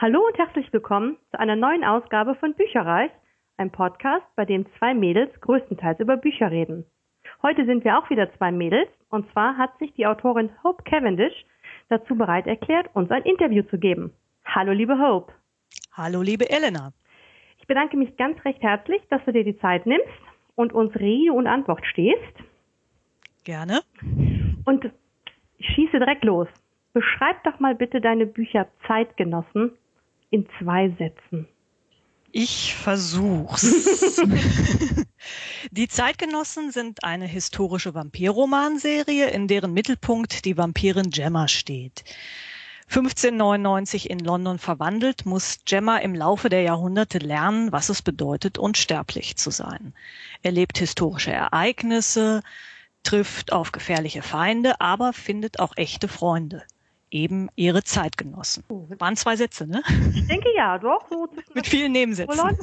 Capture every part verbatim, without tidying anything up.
Hallo und herzlich willkommen zu einer neuen Ausgabe von Bücherreich, einem Podcast, bei dem zwei Mädels größtenteils über Bücher reden. Heute sind wir auch wieder zwei Mädels, und zwar hat sich die Autorin Hope Cavendish dazu bereit erklärt, uns ein Interview zu geben. Hallo liebe Hope. Hallo liebe Elena. Ich bedanke mich ganz recht herzlich, dass du dir die Zeit nimmst und uns Rede und Antwort stehst. Gerne. Und ich schieße direkt los. Beschreib doch mal bitte deine Bücher Zeitgenossen in zwei Sätzen. Ich versuch's. Die Zeitgenossen sind eine historische Vampirromanserie, in deren Mittelpunkt die Vampirin Gemma steht. fünfzehnhundertneunundneunzig in London verwandelt, muss Gemma im Laufe der Jahrhunderte lernen, was es bedeutet, unsterblich zu sein. Erlebt historische Ereignisse, trifft auf gefährliche Feinde, aber findet auch echte Freunde. Eben ihre Zeitgenossen. Waren zwei Sätze, ne? Ich denke ja, doch. So mit vielen Nebensätzen.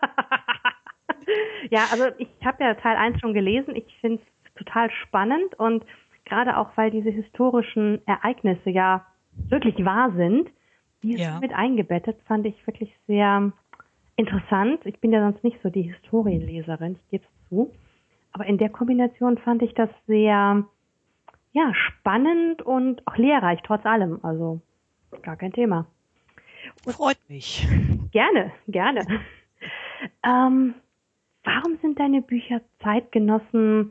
Ja, also ich habe ja Teil eins schon gelesen. Ich finde es total spannend und gerade auch, weil diese historischen Ereignisse ja wirklich wahr sind, die Ja. sind mit eingebettet, fand ich wirklich sehr interessant. Ich bin ja sonst nicht so die Historienleserin, ich gebe es zu. Aber in der Kombination fand ich das sehr... ja, spannend und auch lehrreich, trotz allem. Also, gar kein Thema. Und freut mich. Gerne, gerne. ähm, warum sind deine Bücher Zeitgenossen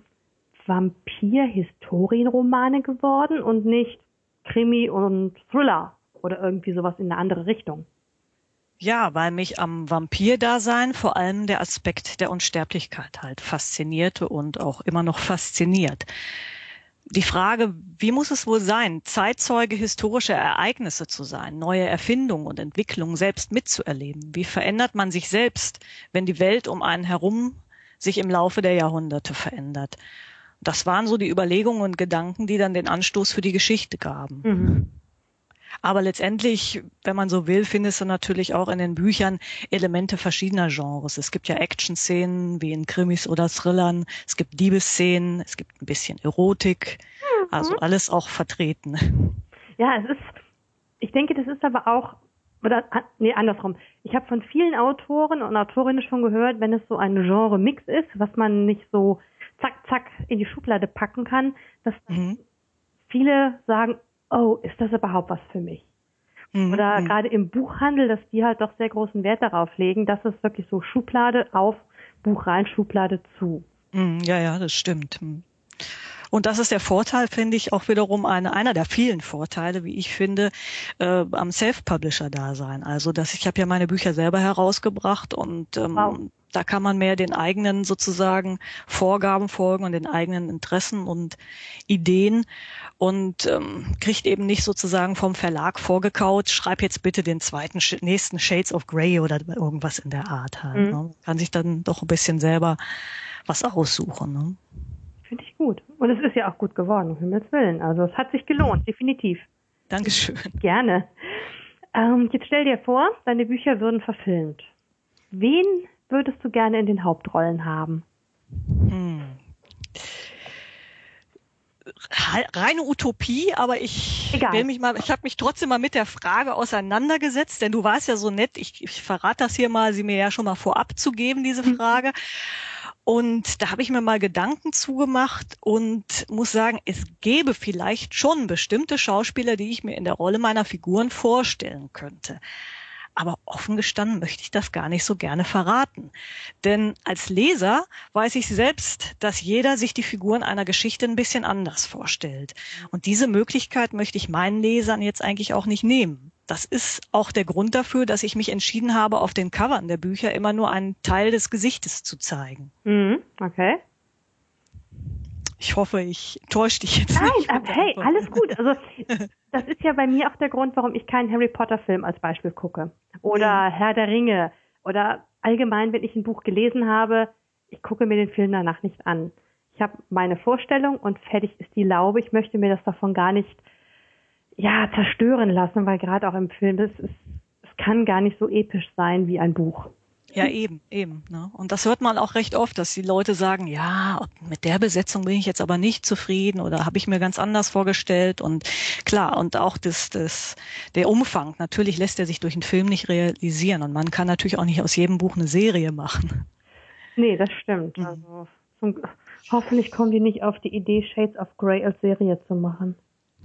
Vampir-Historienromane geworden und nicht Krimi und Thriller oder irgendwie sowas in eine andere Richtung? Ja, weil mich am Vampirdasein vor allem der Aspekt der Unsterblichkeit halt faszinierte und auch immer noch fasziniert. Die Frage, wie muss es wohl sein, Zeitzeuge historischer Ereignisse zu sein, neue Erfindungen und Entwicklungen selbst mitzuerleben? Wie verändert man sich selbst, wenn die Welt um einen herum sich im Laufe der Jahrhunderte verändert? Das waren so die Überlegungen und Gedanken, die dann den Anstoß für die Geschichte gaben. Mhm. Aber letztendlich, wenn man so will, findest du natürlich auch in den Büchern Elemente verschiedener Genres. Es gibt ja Action-Szenen wie in Krimis oder Thrillern. Es gibt Liebesszenen, es gibt ein bisschen Erotik. Mhm. Also alles auch vertreten. Ja, es ist, ich denke, das ist aber auch, oder nee, andersrum. Ich habe von vielen Autoren und Autorinnen schon gehört, wenn es so ein Genre-Mix ist, was man nicht so zack, zack in die Schublade packen kann, dass mhm. viele sagen, oh, ist das überhaupt was für mich? Mhm. Oder gerade im Buchhandel, dass die halt doch sehr großen Wert darauf legen, dass es wirklich so Schublade auf, Buch rein, Schublade zu. Mhm, ja, ja, das stimmt. Und das ist der Vorteil, finde ich, auch wiederum eine, einer der vielen Vorteile, wie ich finde, äh, am Self-Publisher-Dasein. Also, dass ich habe ja meine Bücher selber herausgebracht und ähm, wow. Da kann man mehr den eigenen sozusagen Vorgaben folgen und den eigenen Interessen und Ideen und ähm, kriegt eben nicht sozusagen vom Verlag vorgekaut, schreib jetzt bitte den zweiten, nächsten Shades of Grey oder irgendwas in der Art halt. Mhm. Ne? Kann sich dann doch ein bisschen selber was aussuchen. Ne? Finde ich gut. Und es ist ja auch gut geworden, um Himmels Willen. Also es hat sich gelohnt, definitiv. Dankeschön. Gerne. Ähm, jetzt stell dir vor, deine Bücher würden verfilmt. Wen würdest du gerne in den Hauptrollen haben? Hm. Reine Utopie, aber ich Egal. will mich mal, ich habe mich trotzdem mal mit der Frage auseinandergesetzt, denn du warst ja so nett, ich, ich verrate das hier mal, sie mir ja schon mal vorab zu geben, diese Frage. Und da habe ich mir mal Gedanken zugemacht und muss sagen, es gäbe vielleicht schon bestimmte Schauspieler, die ich mir in der Rolle meiner Figuren vorstellen könnte. Aber offen gestanden möchte ich das gar nicht so gerne verraten. Denn als Leser weiß ich selbst, dass jeder sich die Figuren einer Geschichte ein bisschen anders vorstellt. Und diese Möglichkeit möchte ich meinen Lesern jetzt eigentlich auch nicht nehmen. Das ist auch der Grund dafür, dass ich mich entschieden habe, auf den Covern der Bücher immer nur einen Teil des Gesichtes zu zeigen. Mhm, okay. Ich hoffe, ich täusche dich jetzt Nein, nicht. Nein, hey, alles gut. Also das ist ja bei mir auch der Grund, warum ich keinen Harry Potter Film als Beispiel gucke. Oder mhm. Herr der Ringe. Oder allgemein, wenn ich ein Buch gelesen habe, ich gucke mir den Film danach nicht an. Ich habe meine Vorstellung und fertig ist die Laube. Ich möchte mir das davon gar nicht ja, zerstören lassen, weil gerade auch im Film, das ist, es kann gar nicht so episch sein wie ein Buch. Ja, eben, eben. Ne? Und das hört man auch recht oft, dass die Leute sagen, ja, mit der Besetzung bin ich jetzt aber nicht zufrieden oder habe ich mir ganz anders vorgestellt. Und klar, und auch das, das, der Umfang, natürlich lässt er sich durch einen Film nicht realisieren. Und man kann natürlich auch nicht aus jedem Buch eine Serie machen. Nee, das stimmt. Mhm. Also zum, hoffentlich kommen die nicht auf die Idee, Shades of Grey als Serie zu machen.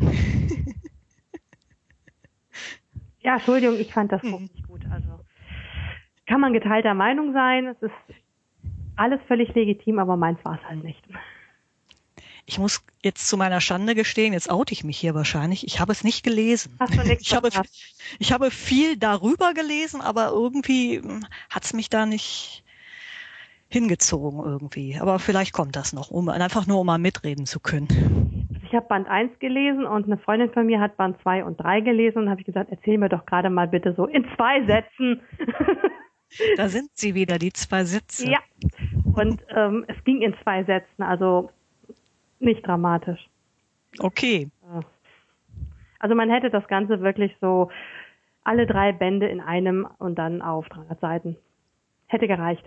Ja, Entschuldigung, ich fand das Buch nicht gut. Also kann man geteilter Meinung sein. Es ist alles völlig legitim, aber meins war es halt nicht. Ich muss jetzt zu meiner Schande gestehen, jetzt oute ich mich hier wahrscheinlich. Ich habe es nicht gelesen. Hast du nichts ich habe, verpasst? ich habe viel darüber gelesen, aber irgendwie hat es mich da nicht hingezogen irgendwie. Aber vielleicht kommt das noch, um einfach nur um mal mitreden zu können. Ich habe Band eins gelesen und eine Freundin von mir hat Band zwei und drei gelesen und habe ich gesagt, erzähl mir doch gerade mal bitte so in zwei Sätzen. Da sind sie wieder, die zwei Sätze. Ja, und ähm, es ging in zwei Sätzen, also nicht dramatisch. Okay. Also man hätte das Ganze wirklich so alle drei Bände in einem und dann auf dreihundert Seiten. Hätte gereicht.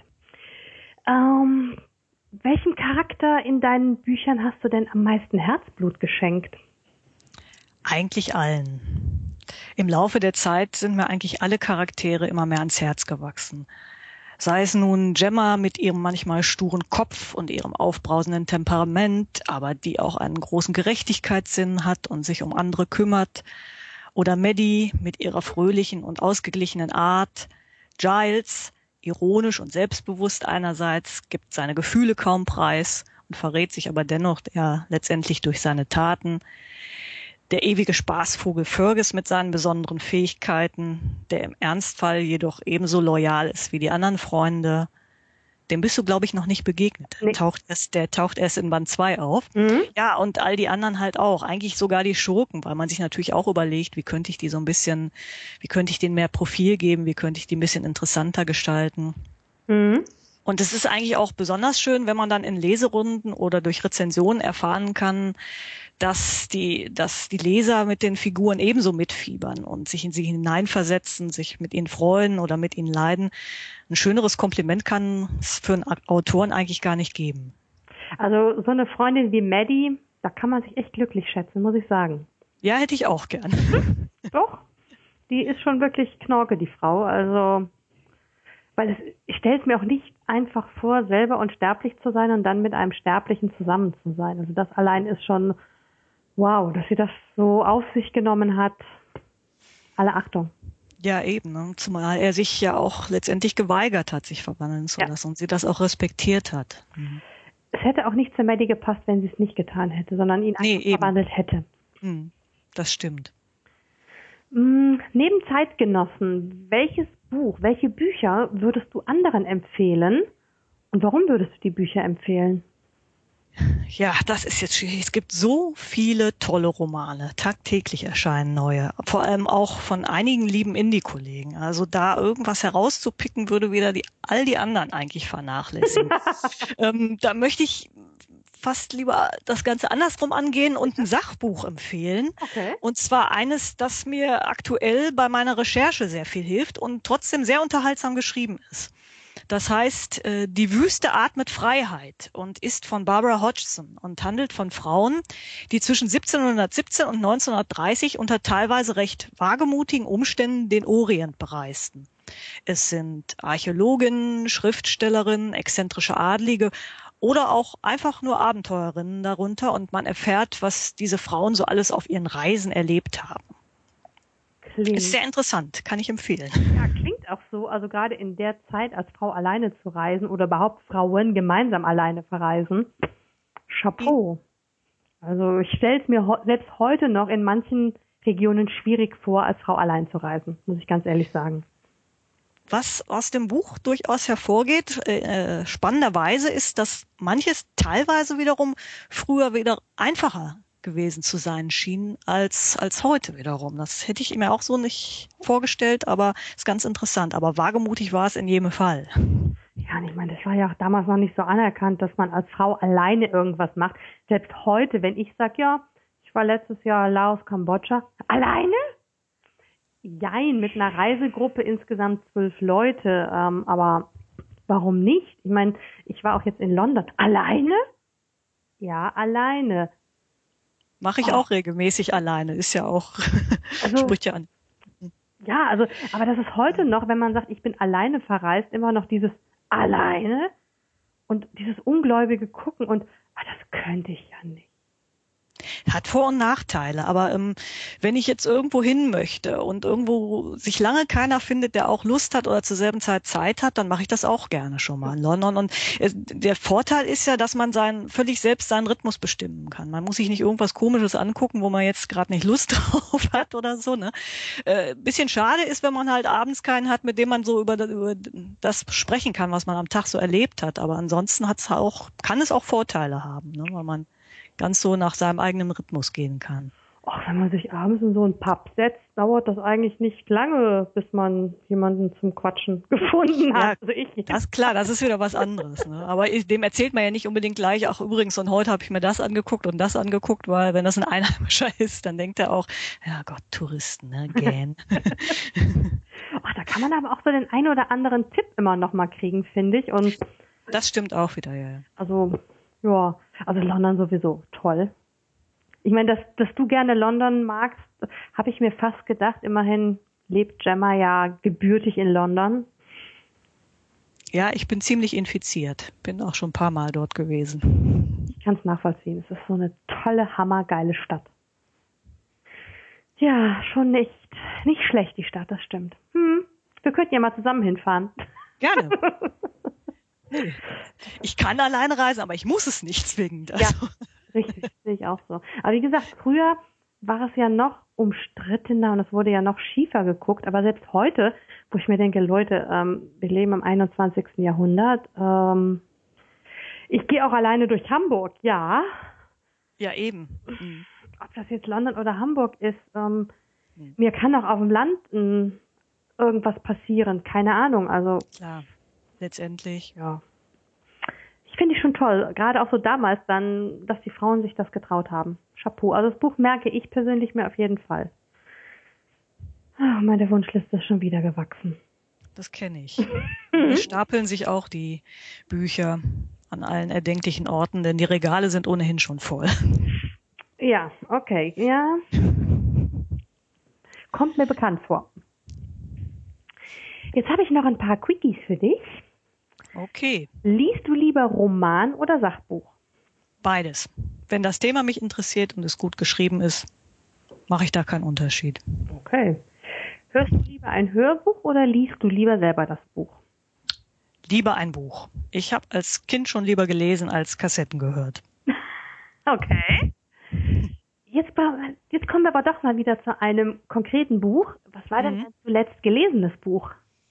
Ähm, welchen Charakter in deinen Büchern hast du denn am meisten Herzblut geschenkt? Eigentlich allen. Im Laufe der Zeit sind mir eigentlich alle Charaktere immer mehr ans Herz gewachsen. Sei es nun Gemma mit ihrem manchmal sturen Kopf und ihrem aufbrausenden Temperament, aber die auch einen großen Gerechtigkeitssinn hat und sich um andere kümmert. Oder Maddie mit ihrer fröhlichen und ausgeglichenen Art. Giles, ironisch und selbstbewusst einerseits, gibt seine Gefühle kaum preis und verrät sich aber dennoch ja letztendlich durch seine Taten. Der ewige Spaßvogel Fergus mit seinen besonderen Fähigkeiten, der im Ernstfall jedoch ebenso loyal ist wie die anderen Freunde. Dem bist du, glaube ich, noch nicht begegnet. Der, nee. taucht erst, der taucht erst in Band zwei auf. Mhm. Ja, und all die anderen halt auch. Eigentlich sogar die Schurken, weil man sich natürlich auch überlegt, wie könnte ich die so ein bisschen, wie könnte ich denen mehr Profil geben, wie könnte ich die ein bisschen interessanter gestalten. Mhm. Und es ist eigentlich auch besonders schön, wenn man dann in Leserunden oder durch Rezensionen erfahren kann, dass die, dass die Leser mit den Figuren ebenso mitfiebern und sich in sie hineinversetzen, sich mit ihnen freuen oder mit ihnen leiden. Ein schöneres Kompliment kann es für einen Autoren eigentlich gar nicht geben. Also so eine Freundin wie Maddie, da kann man sich echt glücklich schätzen, muss ich sagen. Ja, hätte ich auch gern. Doch, die ist schon wirklich Knorke, die Frau. Also, weil es, ich stelle es mir auch nicht einfach vor, selber unsterblich zu sein und dann mit einem Sterblichen zusammen zu sein. Also das allein ist schon wow, dass sie das so auf sich genommen hat. Alle Achtung. Ja, eben. Ne? Zumal er sich ja auch letztendlich geweigert hat, sich verwandeln zu lassen, ja. Und sie das auch respektiert hat. Mhm. Es hätte auch nicht zu Maddie gepasst, wenn sie es nicht getan hätte, sondern ihn nee, einfach eben. verwandelt hätte. Mhm. Das stimmt. Mhm. Neben Zeitgenossen, welches Buch, welche Bücher würdest du anderen empfehlen und warum würdest du die Bücher empfehlen? Ja, das ist jetzt schwierig. Es gibt so viele tolle Romane. Tagtäglich erscheinen neue. Vor allem auch von einigen lieben Indie-Kollegen. Also da irgendwas herauszupicken, würde wieder die, all die anderen eigentlich vernachlässigen. ähm, da möchte ich fast lieber das Ganze andersrum angehen und ein Sachbuch empfehlen. Okay. Und zwar eines, das mir aktuell bei meiner Recherche sehr viel hilft und trotzdem sehr unterhaltsam geschrieben ist. Das heißt, Die Wüste atmet Freiheit und ist von Barbara Hodgson und handelt von Frauen, die zwischen siebzehnhundertsiebzehn und neunzehnhundertdreißig unter teilweise recht wagemutigen Umständen den Orient bereisten. Es sind Archäologinnen, Schriftstellerinnen, exzentrische Adlige oder auch einfach nur Abenteurerinnen darunter und man erfährt, was diese Frauen so alles auf ihren Reisen erlebt haben. Klingt. Ist sehr interessant, kann ich empfehlen. Ja, klingt auch so. Also gerade in der Zeit als Frau alleine zu reisen oder überhaupt Frauen gemeinsam alleine verreisen. Chapeau. Also ich stelle es mir ho- selbst heute noch in manchen Regionen schwierig vor, als Frau allein zu reisen, muss ich ganz ehrlich sagen. Was aus dem Buch durchaus hervorgeht, äh, spannenderweise ist, dass manches teilweise wiederum früher wieder einfacher gewesen zu sein schien als als heute wiederum. Das hätte ich mir auch so nicht vorgestellt, aber ist ganz interessant. Aber wagemutig war es in jedem Fall. Ja, und ich meine, das war ja auch damals noch nicht so anerkannt, dass man als Frau alleine irgendwas macht. Selbst heute, wenn ich sage, ja, ich war letztes Jahr Laos, Kambodscha, alleine? Jein, mit einer Reisegruppe insgesamt zwölf Leute, ähm, aber warum nicht? Ich meine, ich war auch jetzt in London. Alleine? Ja, alleine. Mache ich oh. auch regelmäßig alleine. Ist ja auch, also, spricht ja an. Ja, also, aber das ist heute noch, wenn man sagt, ich bin alleine verreist, immer noch dieses alleine und dieses ungläubige Gucken und ah, das könnte ich ja nicht. Hat Vor- und Nachteile, aber ähm, wenn ich jetzt irgendwo hin möchte und irgendwo sich lange keiner findet, der auch Lust hat oder zur selben Zeit Zeit hat, dann mache ich das auch gerne schon mal in London. Und äh, der Vorteil ist ja, dass man seinen völlig selbst seinen Rhythmus bestimmen kann. Man muss sich nicht irgendwas Komisches angucken, wo man jetzt gerade nicht Lust drauf hat oder so. Ne? Äh, bisschen schade ist, wenn man halt abends keinen hat, mit dem man so über das, über das sprechen kann, was man am Tag so erlebt hat. Aber ansonsten hat's auch, kann es auch Vorteile haben, ne? Weil man ganz so nach seinem eigenen Rhythmus gehen kann. Ach, wenn man sich abends in so einen Pub setzt, dauert das eigentlich nicht lange, bis man jemanden zum Quatschen gefunden hat. Ja, also ich. das ist klar, das ist wieder was anderes. Ne? Aber ich, dem erzählt man ja nicht unbedingt gleich, ach übrigens, und heute habe ich mir das angeguckt und das angeguckt, weil wenn das ein Einheimischer ist, dann denkt er auch, ja Gott, Touristen, ne, gähn. Ach, da kann man aber auch so den einen oder anderen Tipp immer noch mal kriegen, finde ich. Und das stimmt auch wieder, ja. Also, ja, also London sowieso toll. Ich meine, dass, dass du gerne London magst, habe ich mir fast gedacht. Immerhin lebt Gemma ja gebürtig in London. Ja, ich bin ziemlich infiziert. Bin auch schon ein paar Mal dort gewesen. Ich kann es nachvollziehen. Es ist so eine tolle, hammergeile Stadt. Ja, schon nicht, nicht schlecht, die Stadt, das stimmt. Hm, wir könnten ja mal zusammen hinfahren. Gerne. Nee. Ich kann alleine reisen, aber ich muss es nicht zwingend. Also. Ja, richtig, sehe ich auch so. Aber wie gesagt, früher war es ja noch umstrittener und es wurde ja noch schiefer geguckt. Aber selbst heute, wo ich mir denke, Leute, ähm, wir leben im einundzwanzigsten Jahrhundert. Ähm, ich gehe auch alleine durch Hamburg, ja. Ja, eben. Mhm. Ob das jetzt London oder Hamburg ist, ähm, mhm. mir kann auch auf dem Land ähm, irgendwas passieren. Keine Ahnung, also. Klar. Letztendlich. Ja. Ich finde ich schon toll, gerade auch so damals dann, dass die Frauen sich das getraut haben. Chapeau. Also das Buch merke ich persönlich mir auf jeden Fall. Oh, meine Wunschliste ist schon wieder gewachsen. Das kenne ich. Hier stapeln sich auch die Bücher an allen erdenklichen Orten, denn die Regale sind ohnehin schon voll. Ja, okay. Ja. Kommt mir bekannt vor. Jetzt habe ich noch ein paar Quickies für dich. Okay. Liest du lieber Roman oder Sachbuch? Beides. Wenn das Thema mich interessiert und es gut geschrieben ist, mache ich da keinen Unterschied. Okay. Hörst du lieber ein Hörbuch oder liest du lieber selber das Buch? Lieber ein Buch. Ich habe als Kind schon lieber gelesen als Kassetten gehört. Okay. Jetzt, jetzt kommen wir aber doch mal wieder zu einem konkreten Buch. Was war denn mhm. dein zuletzt gelesenes Buch?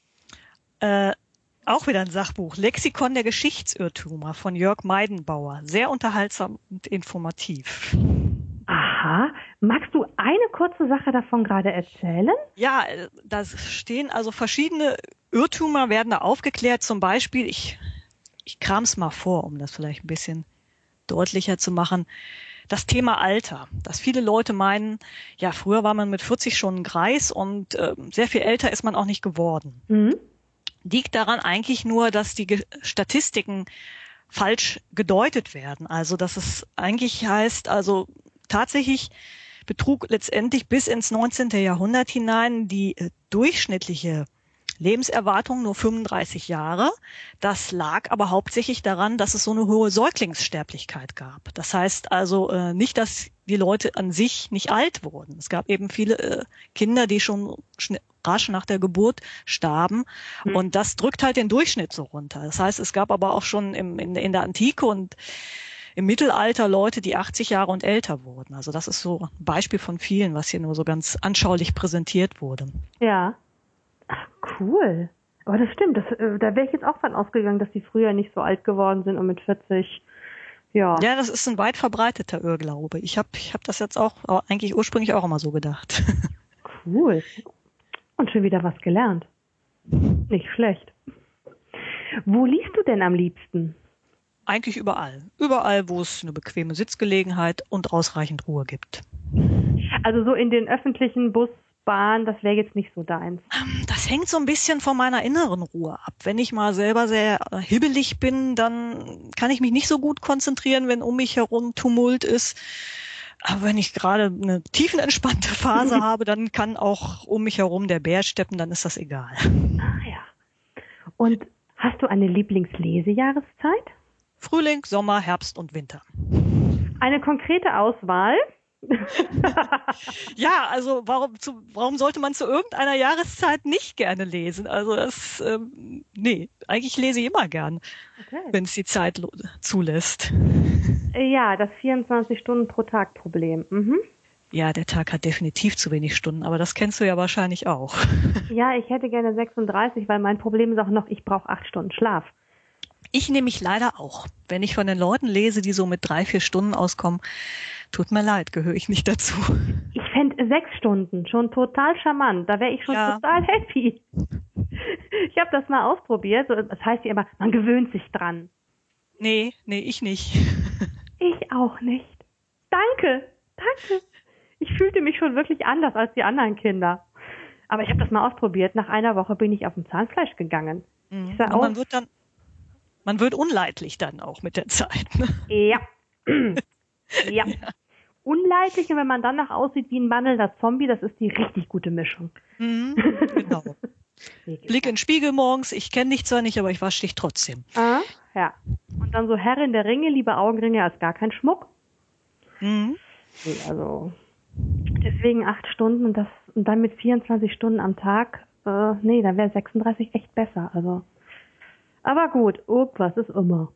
Äh, auch wieder ein Sachbuch. Lexikon der Geschichtsirrtümer von Jörg Meidenbauer. Sehr unterhaltsam und informativ. Aha. Magst du eine kurze Sache davon gerade erzählen? Ja, da stehen also verschiedene Irrtümer, werden da aufgeklärt. Zum Beispiel, ich, ich kram's mal vor, um das vielleicht ein bisschen deutlicher zu machen. Das Thema Alter, dass viele Leute meinen, ja, früher war man mit vierzig schon ein Greis und äh, sehr viel älter ist man auch nicht geworden. Mhm. Liegt daran eigentlich nur, dass die Ge- Statistiken falsch gedeutet werden. Also, dass es eigentlich heißt, also tatsächlich betrug letztendlich bis ins neunzehnten Jahrhundert hinein die äh, durchschnittliche Lebenserwartung nur fünfunddreißig Jahre. Das lag aber hauptsächlich daran, dass es so eine hohe Säuglingssterblichkeit gab. Das heißt also äh, nicht, dass die Leute an sich nicht alt wurden. Es gab eben viele äh, Kinder, die schon schn- rasch nach der Geburt starben. Mhm. Und das drückt halt den Durchschnitt so runter. Das heißt, es gab aber auch schon im, in, in der Antike und im Mittelalter Leute, die achtzig Jahre und älter wurden. Also das ist so ein Beispiel von vielen, was hier nur so ganz anschaulich präsentiert wurde. Ja. Ach, cool. Aber das stimmt. Das, äh, da wäre ich jetzt auch von ausgegangen, dass die früher nicht so alt geworden sind und mit vierzig, ja. Ja, das ist ein weit verbreiteter Irrglaube. Ich habe ich hab das jetzt auch eigentlich ursprünglich auch immer so gedacht. Cool. Und schon wieder was gelernt. Nicht schlecht. Wo liest du denn am liebsten? Eigentlich überall. Überall, wo es eine bequeme Sitzgelegenheit und ausreichend Ruhe gibt. Also so in den öffentlichen Bus, Bahn, das wäre jetzt nicht so deins. Das hängt so ein bisschen von meiner inneren Ruhe ab. Wenn ich mal selber sehr hibbelig bin, dann kann ich mich nicht so gut konzentrieren, wenn um mich herum Tumult ist. Aber wenn ich gerade eine tiefenentspannte Phase habe, dann kann auch um mich herum der Bär steppen, dann ist das egal. Ah ja. Und hast du eine Lieblingslesejahreszeit? Frühling, Sommer, Herbst und Winter. Eine konkrete Auswahl? Ja, also warum, zu, warum sollte man zu irgendeiner Jahreszeit nicht gerne lesen? Also das, ähm, nee, eigentlich lese ich immer gern, okay. Wenn es die Zeit lo- zulässt. Ja, das vierundzwanzig Stunden pro Tag Problem. Mhm. Ja, der Tag hat definitiv zu wenig Stunden, aber das kennst du ja wahrscheinlich auch. Ja, ich hätte gerne sechsunddreißig, weil mein Problem ist auch noch, ich brauche acht Stunden Schlaf. Ich nehme mich leider auch. Wenn ich von den Leuten lese, die so mit drei, vier Stunden auskommen, tut mir leid, gehöre ich nicht dazu. Ich fände sechs Stunden schon total charmant. Da wäre ich schon ja. total happy. Ich habe das mal ausprobiert. Das heißt ja immer, man gewöhnt sich dran. Nee, nee, ich nicht. Ich auch nicht. Danke, danke. Ich fühlte mich schon wirklich anders als die anderen Kinder. Aber ich habe das mal ausprobiert. Nach einer Woche bin ich auf dem Zahnfleisch gegangen. Mhm. Ich sah, man wird dann Man wird unleidlich dann auch mit der Zeit. Ne? Ja. ja. ja. Unleidlich, und wenn man danach aussieht wie ein wandelnder Zombie, das ist die richtig gute Mischung. Mhm, genau. Blick in den Spiegel morgens, ich kenne dich zwar nicht, aber ich wasche dich trotzdem. Ah, ja. Und dann so Herrin der Ringe, lieber Augenringe als gar kein Schmuck. Mhm. Also, deswegen acht Stunden und, das, und dann mit vierundzwanzig Stunden am Tag, äh, nee, dann wäre sechsunddreißig echt besser, also. Aber gut, irgendwas ist immer.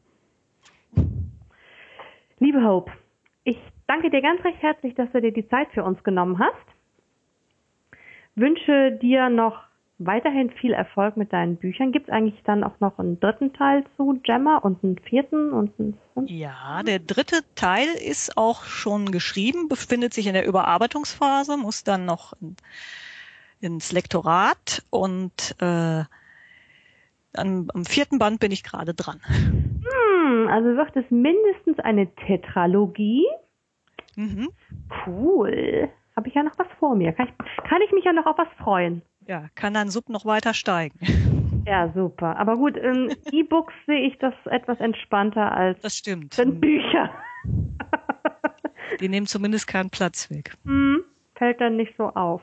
Liebe Hope, ich danke dir ganz recht herzlich, dass du dir die Zeit für uns genommen hast. Wünsche dir noch weiterhin viel Erfolg mit deinen Büchern. Gibt es eigentlich dann auch noch einen dritten Teil zu Gemma und einen vierten und einen fünften? Ja, der dritte Teil ist auch schon geschrieben, befindet sich in der Überarbeitungsphase, muss dann noch in, ins Lektorat und äh, Am, am vierten Band bin ich gerade dran. Hm, also wird es mindestens eine Tetralogie. Mhm. Cool. Habe ich ja noch was vor mir. Kann ich, kann ich mich ja noch auf was freuen. Ja, kann dein Sub noch weiter steigen. Ja, super. Aber gut, in E-Books sehe ich das etwas entspannter als das stimmt. in Bücher. Die nehmen zumindest keinen Platz weg. Hm, fällt dann nicht so auf.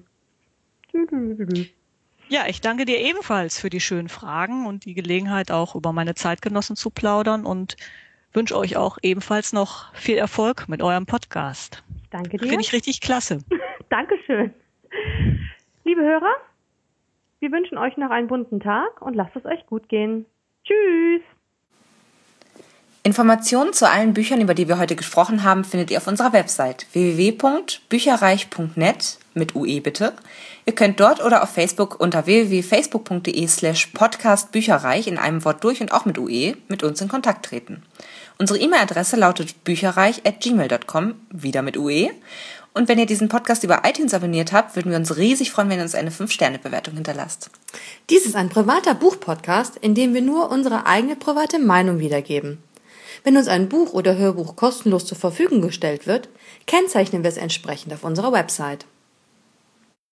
Ja, ich danke dir ebenfalls für die schönen Fragen und die Gelegenheit, auch über meine Zeitgenossen zu plaudern, und wünsche euch auch ebenfalls noch viel Erfolg mit eurem Podcast. Ich danke dir. Finde ich richtig klasse. Dankeschön. Liebe Hörer, wir wünschen euch noch einen bunten Tag und lasst es euch gut gehen. Tschüss. Informationen zu allen Büchern, über die wir heute gesprochen haben, findet ihr auf unserer Website w w w punkt bücherreich punkt net mit U E bitte. Ihr könnt dort oder auf Facebook unter w w w punkt facebook punkt de slash podcast bücherreich in einem Wort durch und auch mit U E mit uns in Kontakt treten. Unsere E-Mail-Adresse lautet bücherreich at gmail punkt com, wieder mit U E. Und wenn ihr diesen Podcast über iTunes abonniert habt, würden wir uns riesig freuen, wenn ihr uns eine fünf Sterne Bewertung hinterlasst. Dies ist ein privater Buchpodcast, in dem wir nur unsere eigene private Meinung wiedergeben. Wenn uns ein Buch oder Hörbuch kostenlos zur Verfügung gestellt wird, kennzeichnen wir es entsprechend auf unserer Website.